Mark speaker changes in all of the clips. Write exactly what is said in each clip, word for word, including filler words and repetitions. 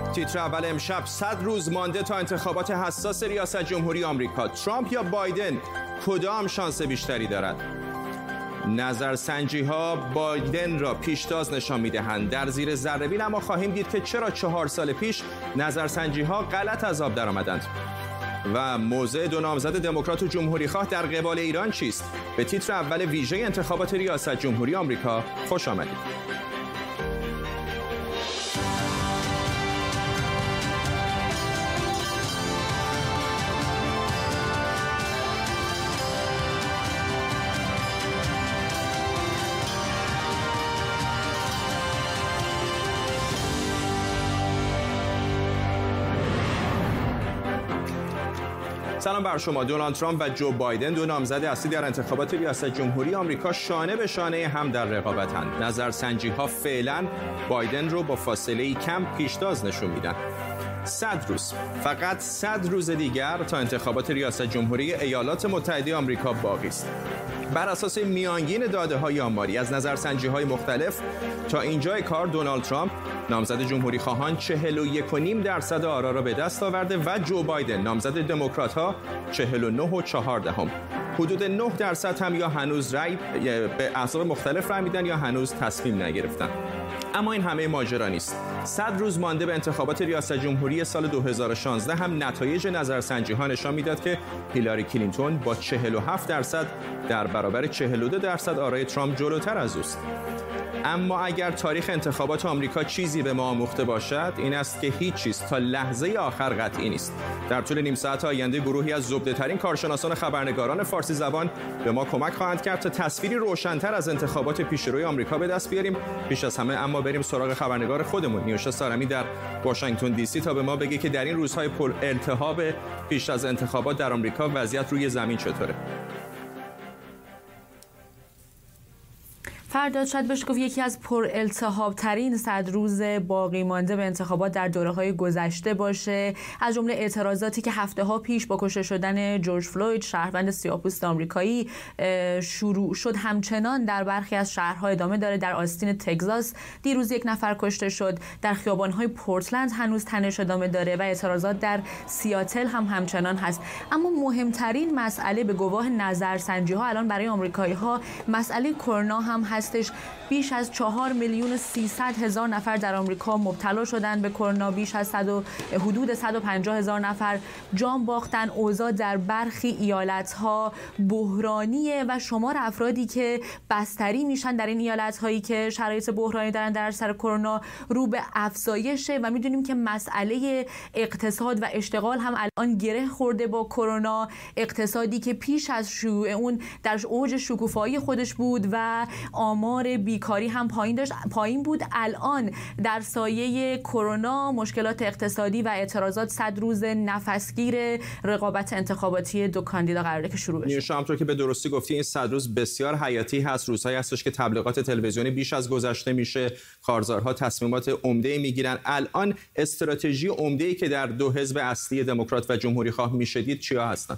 Speaker 1: تیتر اول امشب: صد روز مانده تا انتخابات حساس ریاست جمهوری آمریکا. ترامپ یا بایدن کدام شانس بیشتری دارد؟ نظرسنجی ها بایدن را پیشتاز نشان می‌دهند. در زیر ذره‌بین اما خواهیم دید که چرا چهار سال پیش نظرسنجی ها غلط از آب درآمدند. و موضع دو نامزد دموکرات و جمهوری‌خواه در قبال ایران چیست؟ به تیتر اول ویژه انتخابات ریاست جمهوری آمریکا خوش آمدید. سلام بر شما. دونالد ترامپ و جو بایدن، دو نامزد اصلی در انتخابات ریاست جمهوری آمریکا، شانه به شانه هم در رقابتند. نظرسنجی ها فعلا بایدن رو با فاصله کم پیشتاز نشون میدن. صد روز، فقط صد روز دیگر تا انتخابات ریاست جمهوری ایالات متحده آمریکا باقی است. بر اساس میانگین داده‌های آماری از نظرسنجی‌های مختلف تا اینجای کار، دونالد ترامپ نامزد جمهوری خواهان چهل و یک و نیم درصد آرا را به دست آورده و جو بایدن نامزد دموکرات‌ها چهل و نه و چهار دهم. حدود نه درصد هم یا هنوز رأی به احزاب مختلف رأی میدن یا هنوز تصمیم نگرفتن. اما این همه ماجرا نیست. صد روز مانده به انتخابات ریاست جمهوری سال دو هزار و شانزده هم نتایج نظرسنجی ها نشان میداد که هیلاری کلینتون با چهل و هفت درصد در برابر چهل و دو درصد آرای ترامپ جلوتر از اوست. اما اگر تاریخ انتخابات آمریکا چیزی به ما آموخته باشد، این است که هیچ چیز تا لحظه آخر قطعی نیست. در طول نیم ساعت آینده گروهی از زبده‌ترین کارشناسان خبرنگاران فارسی زبان به ما کمک خواهند کرد تا تصویری روشن‌تر از انتخابات پیشروی آمریکا به دست بیاریم. پیش از همه اما بریم سراغ خبرنگار خودمون، نیوشا سارمی در واشنگتن دی سی، تا به ما بگه که در این روزهای پر التهاب پیش از انتخابات در آمریکا وضعیت روی زمین چطوره.
Speaker 2: فرداد، شاید بشه گفت یکی از پر التهاب ترین صد روز باقی مانده به انتخابات در دوره‌های گذشته باشه. از جمله اعتراضاتی که هفته‌ها پیش با کشته شدن جورج فلوید، شهروند سیاه‌پوست آمریکایی، شروع شد، همچنان در برخی از شهرها ادامه داره. در آستین تگزاس دیروز یک نفر کشته شد. در خیابان‌های پورتلند هنوز تنش ادامه داره و اعتراضات در سیاتل هم همچنان هست. اما مهمترین مسئله به گواه نظرسنجی‌ها الان برای آمریکایی‌ها مسئله کرونا هم هستش. بیش از چهار میلیون و سیصد هزار نفر در آمریکا مبتلا شدن به کرونا. بیش از حدود صد و پنجاه هزار نفر جان باختن. اوضاع در برخی ایالت‌ها بحرانیه و شمار افرادی که بستری میشن در این ایالت‌هایی که شرایط بحرانی دارن در سر کرونا رو به افزایشه و میدونیم که مسئله اقتصاد و اشتغال هم الان گره خورده با کرونا. اقتصادی که پیش از شیوع اون در اوج شکوفایی خودش بود و آمار بیکاری هم پایین داشت پایین بود، الان در سایه کرونا مشکلات اقتصادی و اعتراضات صد روز نفسگیر رقابت انتخاباتی دو کاندیدا قراره که شروع بشه.
Speaker 1: نیوشا، همونطور که به درستی گفتی، این صد روز بسیار حیاتی هست. روزهایی هستش که تبلیغات تلویزیونی بیش از گذشته میشه، کارزارها تصمیمات عمده میگیرن. الان استراتژی عمده‌ای که در دو حزب اصلی دموکرات و جمهوری خواه میشه دید چیا هستن؟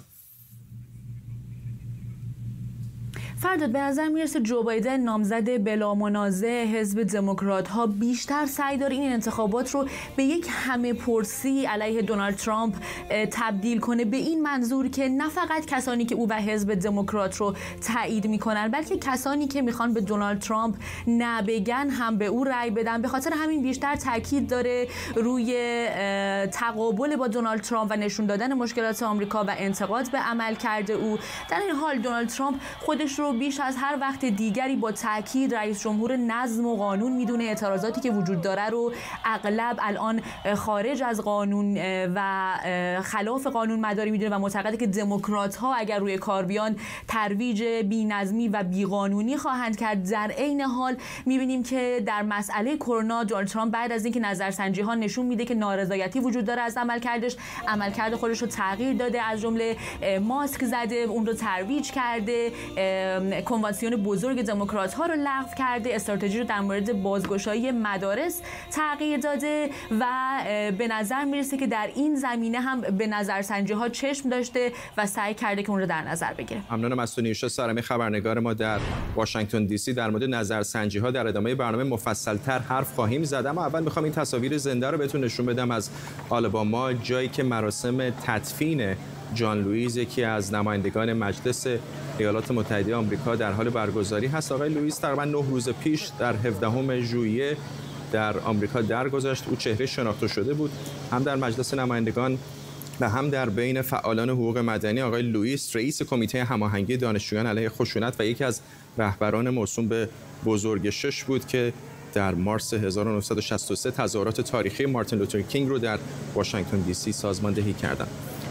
Speaker 2: فرداد، به نظر میرسه جو بایدن، نامزد بلا منازع حزب دموکرات ها، بیشتر سعی داره این انتخابات رو به یک همه پرسی علیه دونالد ترامپ تبدیل کنه، به این منظور که نه فقط کسانی که او و حزب دموکرات رو تایید میکنن، بلکه کسانی که میخوان به دونالد ترامپ نه بگن هم به او رأی بدن. به خاطر همین بیشتر تاکید داره روی تقابل با دونالد ترامپ و نشون دادن مشکلات آمریکا و انتقاد به عملکرد او. در این حال دونالد ترامپ خودش رو بیش از هر وقت دیگری با تاکید رئیس جمهور نظم و قانون میدونه. اعتراضاتی که وجود داره رو اغلب الان خارج از قانون و خلاف قانون مداری میدونه و معتقده که دموکرات ها اگر روی کار بیان ترویج بی‌نظمی و بیقانونی خواهند کرد. در عین حال میبینیم که در مسئله کرونا دونالد ترامپ بعد از اینکه نظرسنجی ها نشون میده که نارضایتی وجود داره از عملکردش، عملکرد خودش رو تغییر داده، از جمله ماسک زده، اون رو ترویج کرده، کنوانسیون بزرگ دموکرات ها رو لغو کرده، استراتژی رو در مورد بازگشایی مدارس تغییر داده و به نظر میرسه که در این زمینه هم به نظرسنجی ها چشم داشته و سعی کرده که اون رو در نظر بگیره.
Speaker 1: ممنونم از تو نیوشا سارمی، خبرنگار ما در واشنگتن دی سی. در مورد نظرسنجی ها در ادامه برنامه مفصل‌تر حرف خواهیم زد، اما اول میخوام این تصاویر زنده رو بهتون نشون بدم از آلاباما، جایی که مراسم تدفین جان لوئیس، یکی از نمایندگان مجلس ایالات متحده آمریکا، در حال برگزاری هست. آقای لوئیس تقریباً نه روز پیش در هفدهم ژوئیه در آمریکا درگذشت. او چهره شناخته شده بود هم در مجلس نمایندگان و هم در بین فعالان حقوق مدنی. آقای لوئیس رئیس کمیته هماهنگی دانشجویان علیه خشونت و یکی از رهبران موسوم به بزرگ شش بود که در مارس هزار و نهصد و شصت و سه تظاهرات تاریخی مارتین لوتر کینگ رو در واشنگتن دی سی سازماندهی کردند.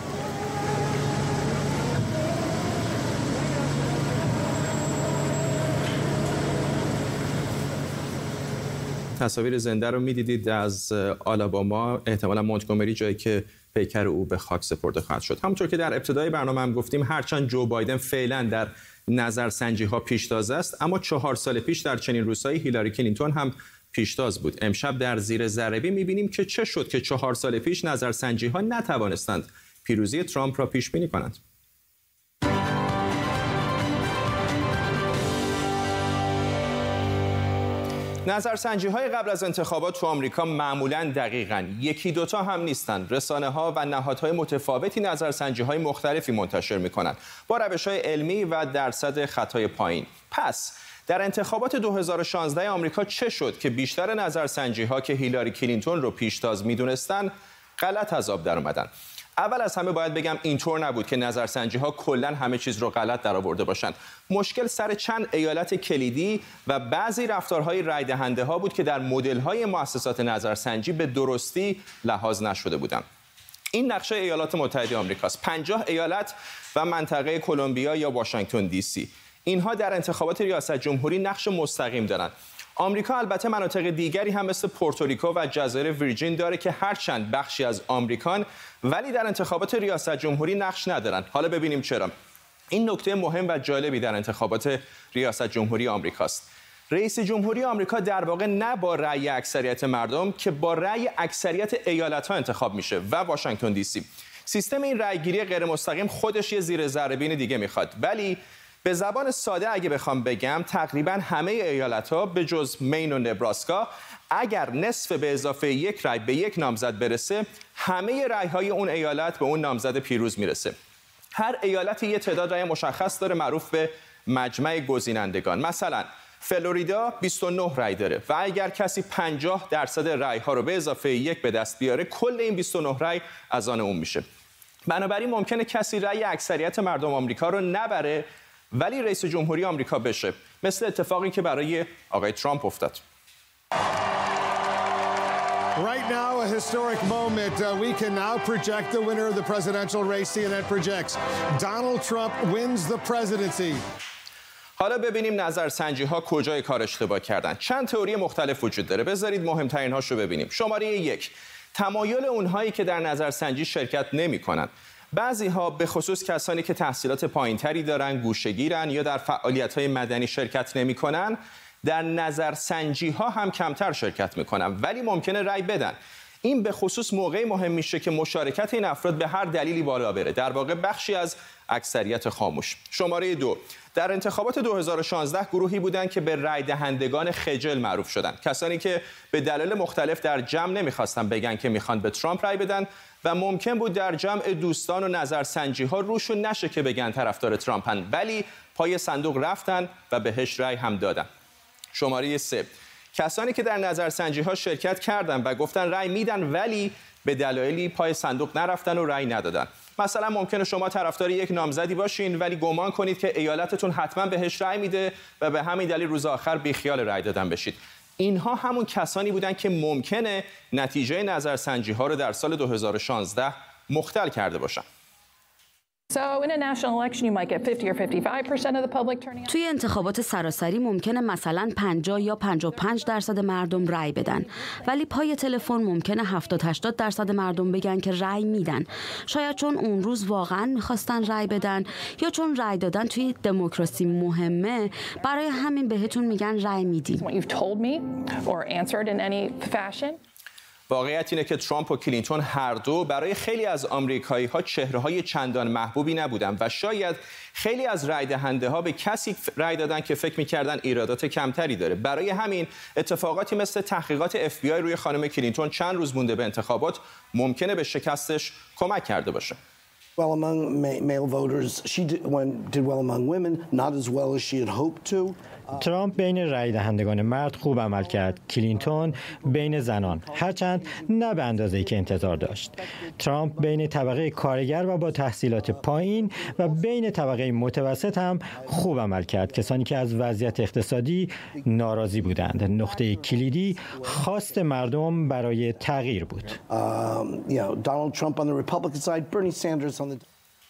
Speaker 1: تصاویر زنده رو می‌دیدید از آلاباما، احتمالاً مونتگومری، جایی که پیکر او به خاک سپرده خواهد شد. همونطور که در ابتدای برنامه هم گفتیم، هرچند جو بایدن فعلا در نظرسنجی‌ها پیشتاز است، اما چهار سال پیش در چنین روزهایی هیلاری کلینتون هم پیشتاز بود. امشب در زیر ذره‌بین می‌بینیم که چه شد که چهار سال پیش نظرسنجی‌ها نتوانستند پیروزی ترامپ را پیش بینی کنند. نظرسنجی‌های قبل از انتخابات تو آمریکا معمولاً دقیقاً یکی دوتا هم نیستند. رسانه‌ها و نهادهای متفاوتی نظرسنجی‌های مختلفی منتشر می‌کنند با روش‌های علمی و درصد خطای پایین. پس در انتخابات دو هزار و شانزده آمریکا چه شد که بیشتر نظرسنجی‌ها که هیلاری کلینتون رو پیشتاز می‌دونستن غلط از آب در اومدن؟ اول از همه باید بگم اینطور نبود که نظرسنجی‌ها کلاً همه چیز رو غلط درآورده باشند. مشکل سر چند ایالت کلیدی و بعضی رفتارهای رای دهنده‌ها بود که در مدل‌های مؤسسات نظرسنجی به درستی لحاظ نشده بودند. این نقشه ایالات متحده آمریکاست. پنجاه ایالت و منطقه کلمبیا یا واشنگتن دی سی. اینها در انتخابات ریاست جمهوری نقش مستقیم دارند. آمریکا البته مناطق دیگری هم مثل پورتوریکو و جزایر ویرجین داره که هرچند بخشی از آمریکان ولی در انتخابات ریاست جمهوری نقش ندارن. حالا ببینیم چرا. این نکته مهم و جالبی در انتخابات ریاست جمهوری آمریکاست. رئیس جمهوری آمریکا در واقع نه با رأی اکثریت مردم که با رأی اکثریت ایالت‌ها انتخاب میشه و واشنگتن دی سی. سیستم این رأیگیری غیر مستقیم خودش یه زیر ذره‌بین دیگه میخواد، ولی به زبان ساده اگه بخوام بگم تقریبا همه ایالت‌ها به جز مین و نبراسکا اگر نصف به اضافه یک رأی به یک نامزد برسه، همه رأی‌های اون ایالت به اون نامزد پیروز میرسه. هر ایالتی یه تعداد رأی مشخص داره معروف به مجمع گزینندگان. مثلا فلوریدا بیست و نه رأی داره و اگر کسی پنجاه درصد رأی‌ها رو به اضافه یک به دست بیاره، کل این بیست و نه رأی از آن اون میشه. بنابراین ممکنه کسی رأی اکثریت مردم آمریکا رو نبره ولی رئیس جمهوری آمریکا بشه، مثل اتفاقی که برای آقای ترامپ افتاد.
Speaker 3: Right now, a historic moment. Uh, we can now project the winner of the presidential race. C N N projects Donald Trump wins the presidency.
Speaker 1: حالا ببینیم نظرسنجی ها کجای کار اشتباه کردن. چند تئوری مختلف وجود داره. بذارید مهمترین هاشو ببینیم. شماره یک، تمایل اونهایی که در نظرسنجی شرکت نمی‌کنن. بعضی ها به خصوص کسانی که تحصیلات پایینتری دارن، گوشه‌گیرن یا در فعالیت‌های مدنی شرکت نمی‌کنن، در نظرسنجی ها هم کمتر شرکت میکنن ولی ممکنه رأی بدن. این به خصوص موقعی مهم میشه که مشارکت این افراد به هر دلیلی بالا بره، در واقع بخشی از اکثریت خاموش. شماره دو، در انتخابات دو هزار و شانزده گروهی بودن که به رأی دهندگان خجل معروف شدن، کسانی که به دلایل مختلف در جمع نمیخواستن بگن که میخوان به ترامپ رأی بدن و ممکن بود در جمع دوستان و نظرسنجی ها روشون نشه که بگن طرفدار ترامپن، ولی پای صندوق رفتن و بهش رأی هم دادن. شماره سه، کسانی که در نظرسنجی ها شرکت کردن و گفتن رأی میدن ولی به دلایلی پای صندوق نرفتن و رأی ندادن. مثلا ممکنه شما طرفدار یک نامزدی باشین ولی گمان کنید که ایالتتون حتما بهش رأی میده و به همین دلیل روز آخر بیخیال رأی دادن بشید. اینها همون کسانی بودن که ممکنه نتیجه نظرسنجی ها رو در سال دو هزار و شانزده مختل کرده باشن.
Speaker 4: توی انتخابات سراسری ممکنه مثلا پنجاه یا پنجاه و پنج درصد مردم رأی بدن، ولی پای تلفن ممکنه هفتاد هشتاد درصد مردم بگن که رأی میدن. شاید چون اون روز واقعا میخواستن رأی بدن یا چون رأی دادن توی دموکراسی مهمه، برای همین بهتون میگن رأی میدیم.
Speaker 1: واقعیت اینه که ترامپ و کلینتون هر دو برای خیلی از آمریکایی‌ها چهره‌های چندان محبوبی نبودن و شاید خیلی از رای دهنده‌ها به کسی رای دادن که فکر می‌کردن ایرادات کمتری داره. برای همین اتفاقاتی مثل تحقیقات اف بی آی روی خانم کلینتون چند روز مونده به انتخابات ممکنه به شکستش کمک کرده باشه.
Speaker 5: Well among male voters, she did, when, did well among women, not as well as she had hoped to.
Speaker 6: ترامپ بین رای دهندگان مرد خوب عمل کرد، کلینتون بین زنان، هرچند نه به اندازه‌ای که انتظار داشت. ترامپ بین طبقه کارگر و با تحصیلات پایین و بین طبقه متوسط هم خوب عمل کرد، کسانی که از وضعیت اقتصادی ناراضی بودند. نقطه کلیدی خواست مردم برای تغییر بود.
Speaker 5: Um, you know, Donald Trump on the Republican side, Bernie Sanders on the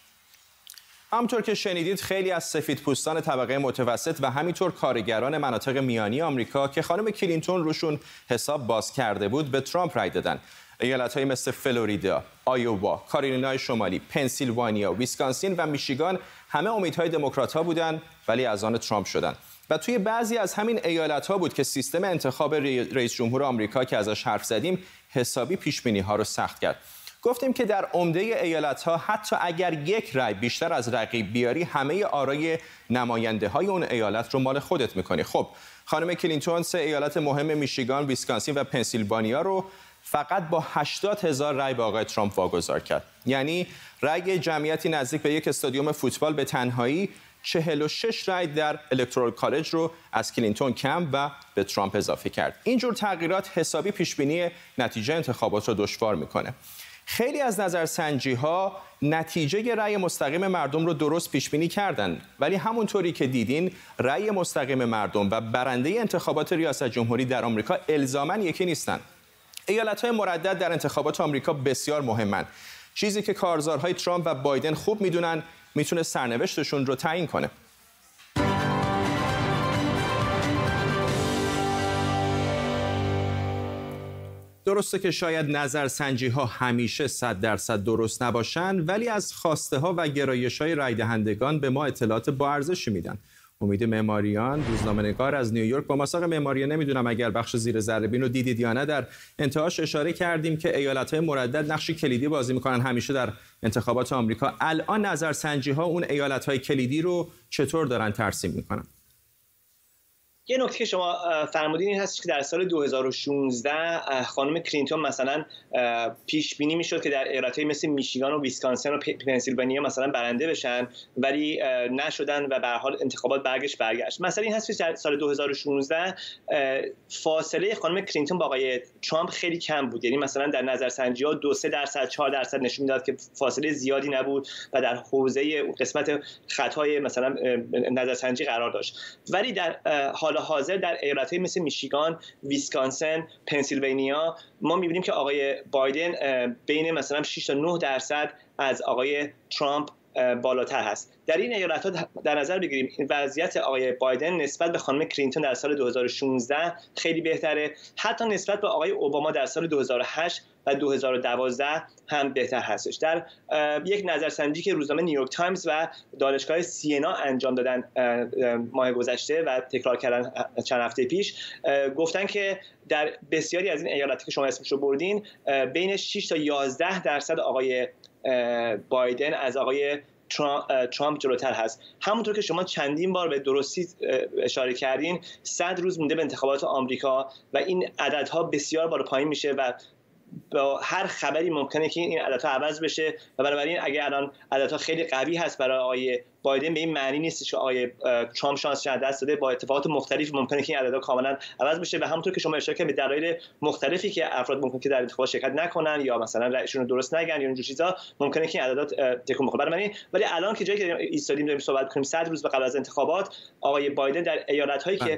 Speaker 1: همونطور که شنیدید خیلی از سفیدپوستان طبقه متوسط و همینطور کارگران مناطق میانی آمریکا که خانم کلینتون روشون حساب باز کرده بود به ترامپ رای دادن. ایالت‌های مثل فلوریدا، آیووا، کارولینای شمالی، پنسیلوانیا، ویسکانسین و میشیگان همه امیدهای دموکرات‌ها بودن ولی از آن ترامپ شدن. و توی بعضی از همین ایالت‌ها بود که سیستم انتخاب رئیس جمهور آمریکا که ازش حرف زدیم حسابی پیش‌بینی‌ها رو سخت کرد. گفتیم که در عمده ایالت‌ها حتی اگر یک رای بیشتر از رقیب بیاری همه آرای نماینده‌های اون ایالت رو مال خودت می‌کنی. خب خانم کلینتون سه ایالت مهم میشیگان، ویسکانسین و پنسیلوانیا رو فقط با هشتاد هزار رای به آقای ترامپ واگذار کرد. یعنی رای جمعیتی نزدیک به یک استادیوم فوتبال به تنهایی چهل و شش رای در الکترال کالج رو از کلینتون کم و به ترامپ اضافه کرد. اینجور تغییرات حسابی پیشبینی نتیجه انتخابات رو دشوار می‌کنه. خیلی از نظرسنجی‌ها نتیجه رأی مستقیم مردم رو درست پیش بینی کردن، ولی همونطوری که دیدین رأی مستقیم مردم و برنده انتخابات ریاست جمهوری در آمریکا الزاماً یکی نیستن. ایالت‌های مردد در انتخابات آمریکا بسیار مهمن. چیزی که کارزارهای ترامپ و بایدن خوب میدونن میتونه سرنوشتشون رو تعیین کنه. درسته که شاید نظرسنجی ها همیشه صد درصد درست نباشن، ولی از خواسته ها و گرایش های رای دهندگان به ما اطلاعات با ارزشی میدن. امید معماریان، روزنامه‌نگار از نیویورک، با مساق معماری نمیدونم اگر بخش زیر ذره بین رو دیدید یا نه، در انتهاش اشاره کردیم که ایالت‌های مردد نقشی کلیدی بازی میکنن همیشه در انتخابات آمریکا. الان نظرسنجی ها اون ایالت‌های کلیدی رو چطور دارن ترسیم میکنن؟
Speaker 7: یه نکته که شما فرمودین این هست که در سال دو هزار و شانزده خانم کلینتون مثلا پیش بینی میشد که در ایالت‌های مثل میشیگان و ویسکانسین و پنسیلوانیا مثلا برنده بشن، ولی نشدن و به هر حال انتخابات برگشت برگشت. مثلا این هست که در سال دو هزار و شانزده فاصله خانم کلینتون با آقای ترامپ خیلی کم بود، یعنی مثلا در نظرسنجی‌ها دو سه درصد چهار درصد نشون میداد که فاصله زیادی نبود و در حوزه قسمت خطای مثلا نظرسنجی قرار داشت. ولی در حال حاضر در ایالت‌های مثل میشیگان، ویسکانسین، پنسیلوانیا ما می‌بینیم که آقای بایدن بین مثلا شش تا نه درصد از آقای ترامپ بالاتر هست. در این ایالت‌ها در نظر بگیریم این وضعیت آقای بایدن نسبت به خانم کلینتون در سال دو هزار و شانزده خیلی بهتره، حتی نسبت به آقای اوباما در سال دو هزار و هشت و دو هزار و دوازده هم بهتر هستش. در یک نظرسنجی که روزنامه نیویورک تایمز و دانشگاه سینا انجام دادن ماه گذشته و تکرار کردن چند هفته پیش، گفتن که در بسیاری از این ایالت‌ها که شما اسمش رو بردین بین شش تا یازده درصد آقای بایدن از آقای ترامپ جلوتر هست. همونطور که شما چندین بار به درستی اشاره کردین، صد روز مونده به انتخابات آمریکا و این عددها بسیار بالا پایین میشه و با هر خبری ممکنه که این عددها عوض بشه و بنابراین اگه الان عددها خیلی قوی هست برای آقای بایدن به این معنی نیست که آقای ترامپ شانس از دست داده. با اتفاقات مختلف ممکنه که این عددها کاملا عوض بشه و همونطور که شما اشاره کردید به دلایل مختلفی که افراد ممکنه که در انتخابات شرکت نکنن یا مثلا رأیشون رو درست نگن یا این جور چیزا ممکنه که این عددات تکون بخوره. بنابراین ولی الان که جایی که ایستادیم داریم صحبت کنیم صد روز به قبل از انتخابات، آقای بایدن در ایالت‌هایی که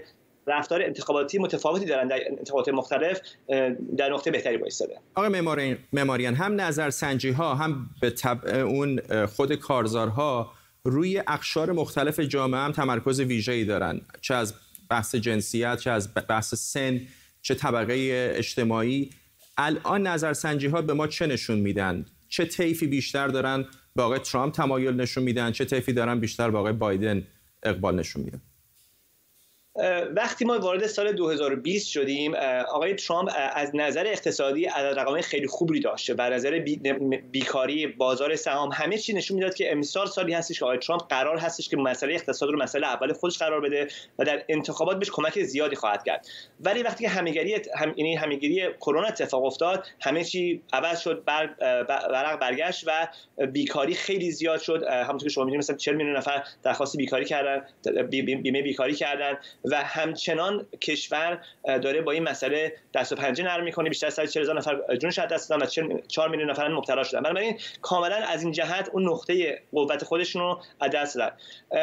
Speaker 7: رفتار انتخاباتی متفاوتی دارن در انتخابات مختلف در نقطه بهتری وایساده.
Speaker 1: آقای معماریان، هم نظرسنجی ها هم به طبع اون خود کارزارها روی اقشار مختلف جامعه هم تمرکز ویژه‌ای دارن، چه از بحث جنسیت، چه از بحث سن، چه طبقه اجتماعی. الان نظرسنجی ها به ما چه نشون میدن؟ چه طیفی بیشتر دارن به آقای ترامپ تمایل نشون میدن، چه طیفی دارن بیشتر به آقای بایدن اقبال نشون میدن؟
Speaker 7: وقتی ما وارد سال دو هزار و بیست شدیم، آقای ترامپ از نظر اقتصادی رقم خیلی خوبی داشته و از نظر بیکاری، بازار سهام، همه چی نشون میداد که امسال سالی هستش که آقای ترامپ قرار هستش که مسئله اقتصاد رو مسئله اول خودش قرار بده و در انتخابات بهش کمک زیادی خواهد کرد. ولی وقتی که همهگیری هم یعنی همهگیری کرونا اتفاق افتاد، همه چی عوض شد، بر ورق برگشت و بیکاری خیلی زیاد شد. همونطور که شما می‌دونید مثلا چهل میلیون نفر درخواست بیکاری کردن، بیمه بیکاری کردن و همچنان کشور داره با این مسئله دست و پنجه نرم میکنه. بیشتر از صد و چهل هزار نفر جونش از دست دادن و چهار میلیون نفر مبتلا شدن. بنابراین کاملا از این جهت اون نقطه قوت خودشون رو از دست دادن.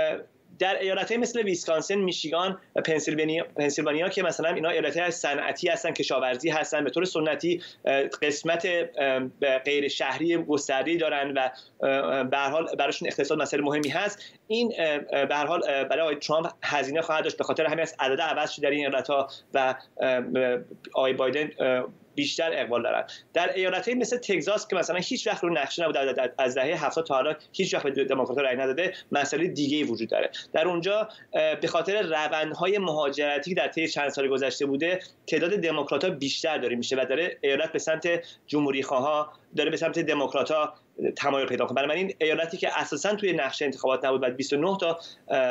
Speaker 7: در ایالت‌های مثل ویسکانسین، میشیگان و پنسیلوانیا پنسیلوانیا که مثلا اینا ایالت‌های صنعتی هستن، کشاورزی هستن، به طور سنتی قسمت غیر شهری گسترده‌ای دارن و به هر حال براشون اقتصاد مسئله مهمی هست. این به هر حال برای آقای ترامپ هزینه خواهد داشت، به خاطر همین است عدد عوض شده در این ایالت‌ها و آقای بایدن بیشتر اقبال دارن. در ایالت‌های مثل تگزاس که مثلا هیچ وقت رو نقشه نبوده، از دهه هفتاد تا حالا هیچ وقت به دموکرات‌ها رأی نداده، مسئله دیگه‌ای وجود داره. در اونجا به خاطر روندهای مهاجرتی در طی چند سال گذشته بوده، تعداد دموکرات‌ها بیشتر داره میشه و داره ایالت به سمت جمهوری‌خواها، داره به سمت دموکرات‌ها تمایل پیدا کنه. بنابراین ایالتی که اساساً توی نقشه انتخابات نبود و بیست و نه تا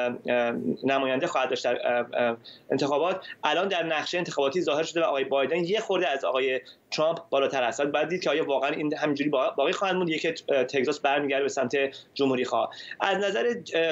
Speaker 7: نماینده خواهد داشت در انتخابات، الان در نقشه انتخاباتی ظاهر شده و آقای بایدن یه خورده از آقای ترامپ بالاتر است. بعد دید که آیا واقعا این همینجوری باقی خواهند موند، یکی تگزاس برمیگرده به سمت جمهوری خواه. از نظر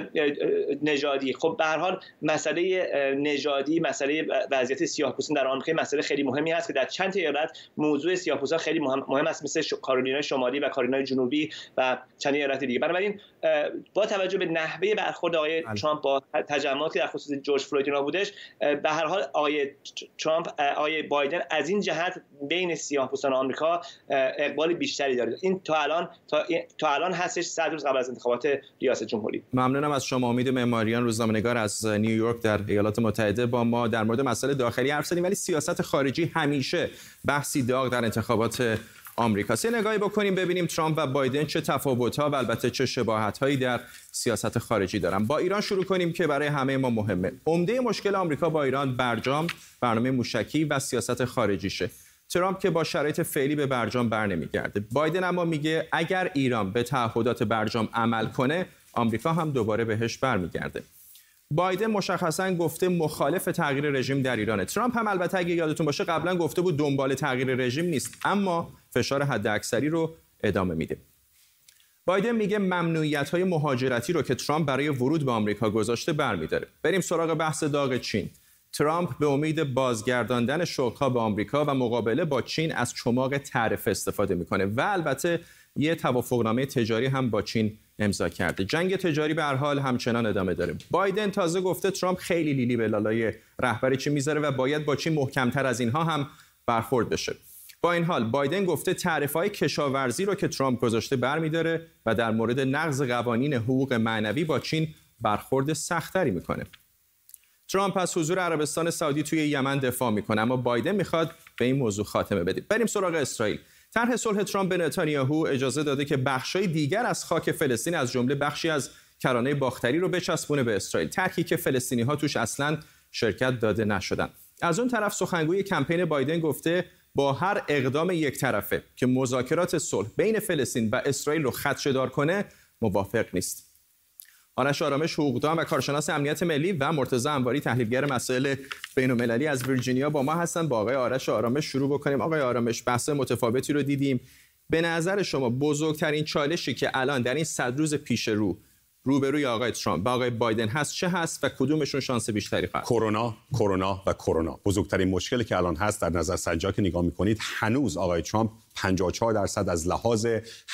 Speaker 7: نژادی، خب به هر حال مسئله نژادی، مسئله وضعیت سیاه‌پوستان در آمریکا مسئله خیلی مهمی هست که در چند تا ایالت موضوع سیاه‌پوستان خیلی مهم مهم است، مثل کارولینای شمالی و کارولینای جنوبی و چند ایالت دیگه. بنابراین با توجه به نحوه برخورد آقای ترامپ با تجمعاتی که در خصوص جورج فلوید اینا بودش، به هر حال آقای ترامپ آقای بایدن از این جهت بین سیاه‌پوستان آمریکا اقبال بیشتری داره. این تا الان تا, تا الان هستش صد روز قبل از انتخابات ریاست جمهوری.
Speaker 1: ممنونم از شما. امید معماریان، روزنامه‌نگار از نیویورک در ایالات متحده، با ما در مورد مسائل داخلی حرف زدیم، ولی سیاست خارجی همیشه بحثی داغ در انتخابات آمریکا. یه نگاهی بکنیم ببینیم ترامپ و بایدن چه تفاوت‌ها و البته چه شباهت‌هایی در سیاست خارجی دارن. با ایران شروع کنیم که برای همه ما مهمه. عمده مشکل آمریکا با ایران برجام، برنامه موشکی و سیاست خارجیشه. ترامپ که با شرایط فعلی به برجام برنمیگرده. بایدن اما میگه اگر ایران به تعهدات برجام عمل کنه، آمریکا هم دوباره بهش برمیگرده. بایدن مشخصاً گفته مخالف تغییر رژیم در ایرانه. ترامپ هم البته اگه یادتون باشه قبلا گفته بود دنبال تغییر رژیم نیست، اما فشار حداکثری رو ادامه میده. بایدن میگه ممنوعیت‌های مهاجرتی رو که ترامپ برای ورود به آمریکا گذاشته برمی‌داره. بریم سراغ بحث داغ چین. ترامپ به امید بازگرداندن شغل‌ها به آمریکا و مقابله با چین از چماق تعرفه استفاده میکنه و البته یه توافقنامه تجاری هم با چین امضا کرده. جنگ تجاری به هر حال همچنان ادامه داره. بایدن تازه گفته ترامپ خیلی لیلی به لالای رهبری چین میذاره و باید با چین محکم‌تر از اینها هم برخورد بشه. با این حال بایدن گفته تعرفه‌های کشاورزی رو که ترامپ گذاشته برمی‌داره و در مورد نقض قوانین حقوق معنوی با چین برخورد سخت‌تری میکنه. ترامپ از حضور عربستان سعودی توی یمن دفاع میکنه، اما بایدن میخواد به این موضوع خاتمه بده. بریم سراغ اسرائیل. طرح صلح ترامپ به نتانیاهو اجازه داده که بخشای دیگر از خاک فلسطین از جمله بخشی از کرانه باختری رو بچسبونه به اسرائیل، طرحی که فلسطینی‌ها توش اصلاً شرکت داده نشدن. از اون طرف سخنگوی کمپین بایدن گفته با هر اقدام یک طرفه که مذاکرات صلح بین فلسطین و اسرائیل رو خدشه‌دار کنه موافق نیست. آرش آرامش، حقوقدان و کارشناس امنیت ملی، و مرتضی انواری، تحلیلگر مسائل بین‌المللی از ویرجینیا با ما هستن. با آقای آرش آرامش شروع بکنیم. آقای آرامش، بحث متفاوتی رو دیدیم. به نظر شما بزرگترین چالشی که الان در این صد روز پیش رو روبروی آقای ترامپ و آقای بایدن هست چه هست و کدومشون شانس بیشتری خواهد؟
Speaker 8: کرونا، کرونا و کرونا. بزرگترین مشکلی که الان هست در نظر سنجا که نگاه می‌کنید، هنوز آقای ترامپ پنجاه و چهار درصد از لحاظ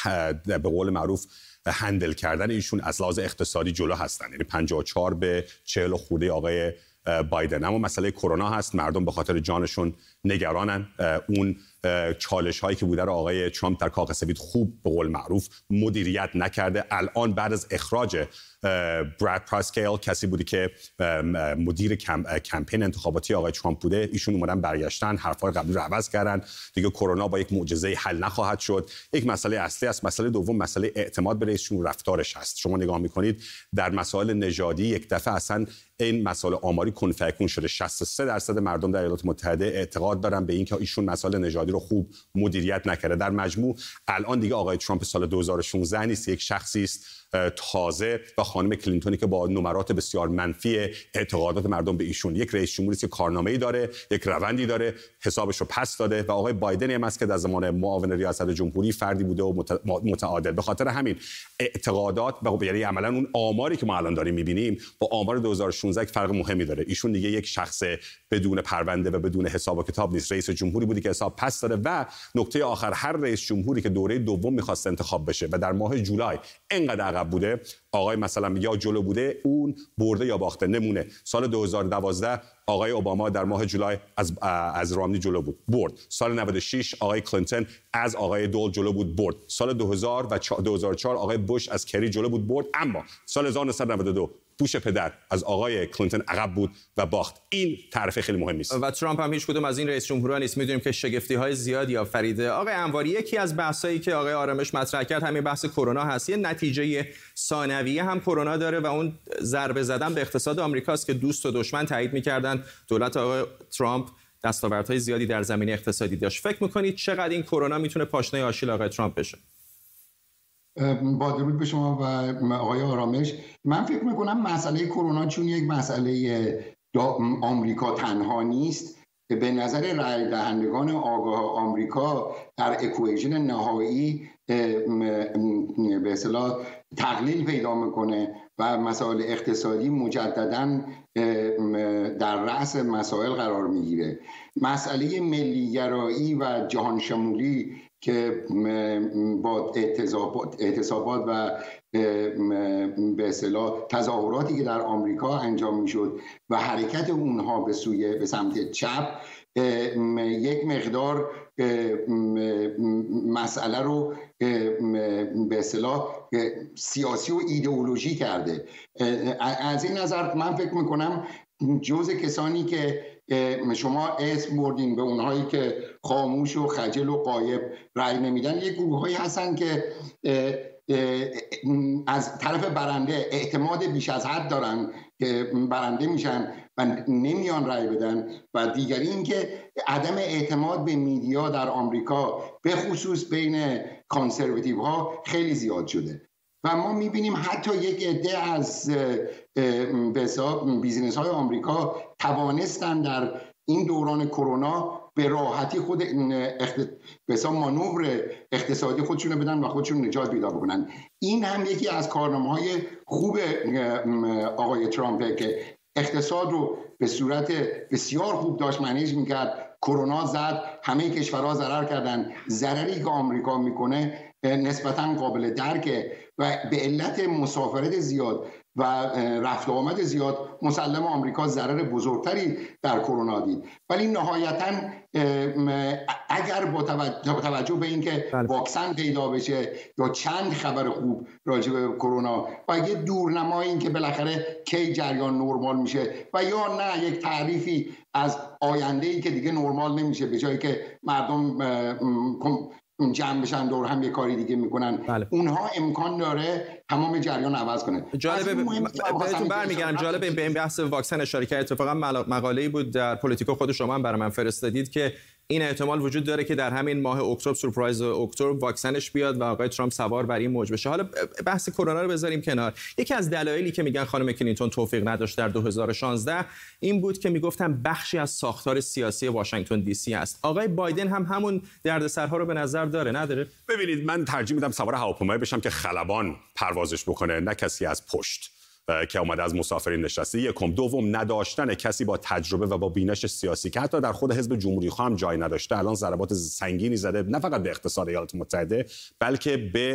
Speaker 8: به قول معروف هندل کردن ایشون از لحاظ اقتصادی جلو هستن، یعنی پنجاه و چهار به چهل خورده آقای بایدن. اما مسئله کرونا هست، مردم به خاطر جانشون نگرانن. اون چالش هایی که بوده رو آقای ترامپ در کاخ سفید خوب به قول معروف مدیریت نکرده. الان بعد از اخراج براد پاسکیل، کسی بودی که مدیر کمپین انتخاباتی آقای ترامپ بوده، ایشون اومدن برگشتن، حرفای قبلی رو عوض کردن. دیگه کرونا با یک معجزه حل نخواهد شد. یک مسئله اصلی است. مسئله دوم مسئله اعتماد به رئیس جمهور، رفتارش هست. شما نگاه میکنید در مسائل نژادی یک دفعه اصلا این مسائل آماری کن فیکون شده. شصت و سه درصد مردم در ایالات متحده اعتقاد دارن به اینکه ایشون مسائل نژادی رو خوب مدیریت نکرده. در مجموع الان دیگه آقای ترامپ سال دو هزار و شانزده نیست، یک شخصی است تازه و خانم کلینتونی که با نمرات بسیار منفی اعتقادات مردم به ایشون، یک رئیس جمهوری که کارنامه‌ای داره، یک روندی داره، حسابش رو پس داده. و آقای بایدن هم است که در زمان معاون ریاست جمهوری فردی بوده و متعادل. به خاطر همین اعتقادات و یعنی عملاً اون آماری که ما الان داریم می‌بینیم با آمار دو هزار و شانزده فرق مهمی داره. ایشون دیگه یک شخص بدون پرونده و بدون حساب و کتاب نیست. رئیس جمهوری بودی که حساب پس داده. و نکته آخر، هر رئیس جمهوری که دوره دوم می‌خواست انتخاب بشه و در ماه جولای اینقدر بوده، آقای مثلا یا جلو بوده، اون برده یا باخته. نمونه سال دو هزار و دوازده آقای اوباما در ماه جولای از از رامنی جلو بود، برد. سال نود و شش آقای کلینتون از آقای دول جلو بود، برد. سال دو هزار و دو هزار و چهار آقای بوش از کری جلو بود، برد. اما سال هزار و نهصد و نود و دو بوش پدر از آقای کلینتون عقب بود و باخت. این تعرفه خیلی مهمی است.
Speaker 1: و ترامپ هم هیچ کدوم از این رئیس جمهورها نیست. میدونیم که شگفتی‌های زیادی آفریده. آقای انواری، یکی از بحثایی که آقای آرامش مطرح کرد همین بحث کرونا هست. یه نتیجه ثانویه هم کرونا داره و اون ضربه زدن به اقتصاد آمریکاست که دوست و دشمن تایید می‌کردن. دولت آقای ترامپ دستاوردهای زیادی در زمینه اقتصادی داشت. فکر می‌کنید چقدر این کرونا میتونه پاشنه آشیل آقای ترامپ بشه؟
Speaker 9: با درود به شما و آقای آرامش، من فکر میکنم مسئله کرونا چون یک مسئله آمریکا تنها نیست، به نظر رای دهندگان آگاه آمریکا در اکویژن نهایی به اصطلاح تقلیل پیدا میکنه و مسائل اقتصادی مجدداً در رأس مسائل قرار میگیره. مسئله ملی‌گرایی و جهان شمولی که با اعتصابات و به اصطلاح تظاهراتی که در آمریکا انجام میشد و حرکت اونها به سوی به سمت چپ یک مقدار مسئله رو به اصطلاح سیاسی و ایدئولوژی کرده. از این نظر من فکر میکنم جزء کسانی که شما اسم بردین به اونهایی که خاموش و خجل و غایب رأی نمیدن، یک گروه‌هایی هستن که از طرف برنده اعتماد بیش از حد دارن که برنده میشن و نمیان رأی بدن، و دیگری این که عدم اعتماد به میدیا در آمریکا به خصوص بین کانسرواتیو ها خیلی زیاد شده و ما میبینیم حتی یک عده از بیزینس های آمریکا توانستن در این دوران کرونا به راحتی خود اخت... مانور اقتصادی خودشون بدن و خودشون نجات پیدا بکنن. این هم یکی از کارنامه‌های خوب آقای ترامپ که اقتصاد رو به صورت بسیار خوب داشت منیج میکرد. کرونا زد، همه کشورها ضرر کردن. ضرری که آمریکا میکنه نسبتاً قابل درکه و به علت مسافرت زیاد و رفت و آمد زیاد مسلم آمریکا ضرر بزرگتری در کرونا دید. ولی نهایتاً اگر با توجه به اینکه واکسن پیدا بشه یا چند خبر خوب راجع به کرونا و یه دورنمای این که بالاخره کی جریان نرمال میشه و یا نه یک تعریفی از آینده‌ای که دیگه نرمال نمیشه، به جایی که مردم جمع بشن دور هم یه کاری دیگه میکنن، بله. اونها امکان داره تمام جریان عوض کنه.
Speaker 1: جالبه بهتون برمیگردم، جالبه به این بحث واکسن اشاره کرد. اتفاقا مقاله‌ای بود در پلیتیکو خود شما هم برای من فرستادید که این احتمال وجود داره که در همین ماه اکتبر، سورپرایز اکتبر، واکسنش بیاد و آقای ترامپ سوار بر این موج بشه. حالا بحث کرونا رو بذاریم کنار. یکی از دلایلی که میگن خانم کلینتون توفیق نداشت در دو هزار و شانزده این بود که میگفتن بخشی از ساختار سیاسی واشنگتن دی سی است. آقای بایدن هم همون دردسرها رو به نظر داره، نداره؟
Speaker 8: ببینید، من ترجیح میدم سوار هواپیمایی بشم که خلبان پروازش بکنه، نه کسی از پشت که اومده از مسافرین نشسته. یکم. دوم، نداشتن کسی با تجربه و با بینش سیاسی که حتی در خود حزب جمهوری خواه هم جای نداشته، الان ضربات سنگینی زده نه فقط به اقتصاد ایالات متحده بلکه به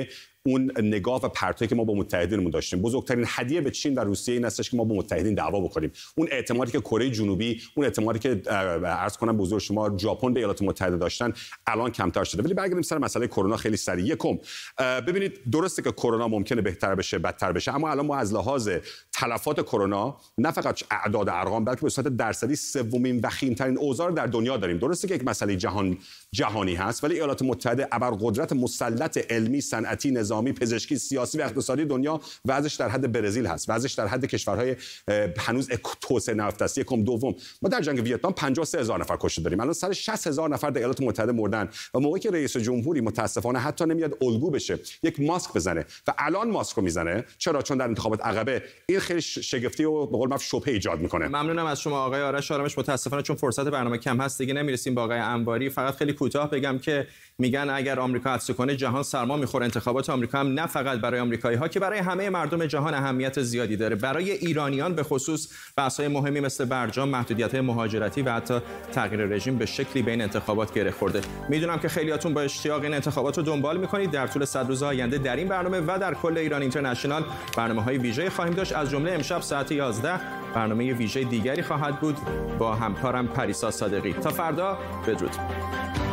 Speaker 8: اون نگاه و پرتویی که ما با متحدینمون داشتیم. بزرگترین هدیه به چین و روسیه این هستش که ما با متحدین دعوا بکنیم. اون اعتمادی که کره جنوبی، اون اعتمادی که عرض کنم بزرگ شما ژاپن به ایالات متحده داشتن الان کمتر شده. ولی برگردیم سر مسئله کرونا خیلی سریع. یکم ببینید درسته که کرونا ممکنه بهتر بشه، بدتر بشه، اما الان ما از لحاظ تلفات کرونا نه فقط اعداد ارقام بلکه به صورت درصدی سومین وخیم‌ترین اوضاع در دنیا داریم. درسته که یک مسئله جهان جهانی هست، ولی ایالات متحده ابرقدرت مسلط علمی، صنعتی، نظامی، پزشکی، سیاسی و اقتصادی دنیا وضعش در حد برزیل هست، وضعش در حد کشورهای هنوز توسعه نیافته است. یکم دوم ما در جنگ ویتنام پنجاه و سه هزار نفر کشته داریم، الان سر شصت هزار نفر در ایالات متحده مردن و موقعی که رئیس جمهوری متاسفانه حتی نمیاد الگو بشه یک ماسک بزنه و الان ماسک رو میزنه. چرا؟ چون در انتخابات عقبه این خیلی شگفتی و به قول معروف شبهه ایجاد میکنه.
Speaker 1: ممنونم از شما آقای آرش آرامش. متاسفانه چون فرصت برنامه کم هست دیگه نمیرسیم با آقای انباری. فقط خیلی کوتاه بگم که میگن اگر آمریکا عطسه کنه جهان سرما میخوره. انتخابات آمریکا هم نه فقط برای آمریکایی‌ها که برای همه مردم جهان اهمیت زیادی داره. برای ایرانیان به خصوص بحث‌های مهمی مثل برجام، محدودیت‌های مهاجرتی و حتی تغییر رژیم به شکلی بین انتخابات گره خورده. میدونم که خیلیاتون با اشتیاق این انتخابات رو دنبال میکنید. در طول صد روز آینده در این برنامه و در کل ایران اینترنشنال برنامه‌های ویژه خواهیم داشت. از جمله امشب ساعت یازده برنامه ویژه دیگری خواهد بود با همکارم پریسا صادقی. تا فردا بدرود.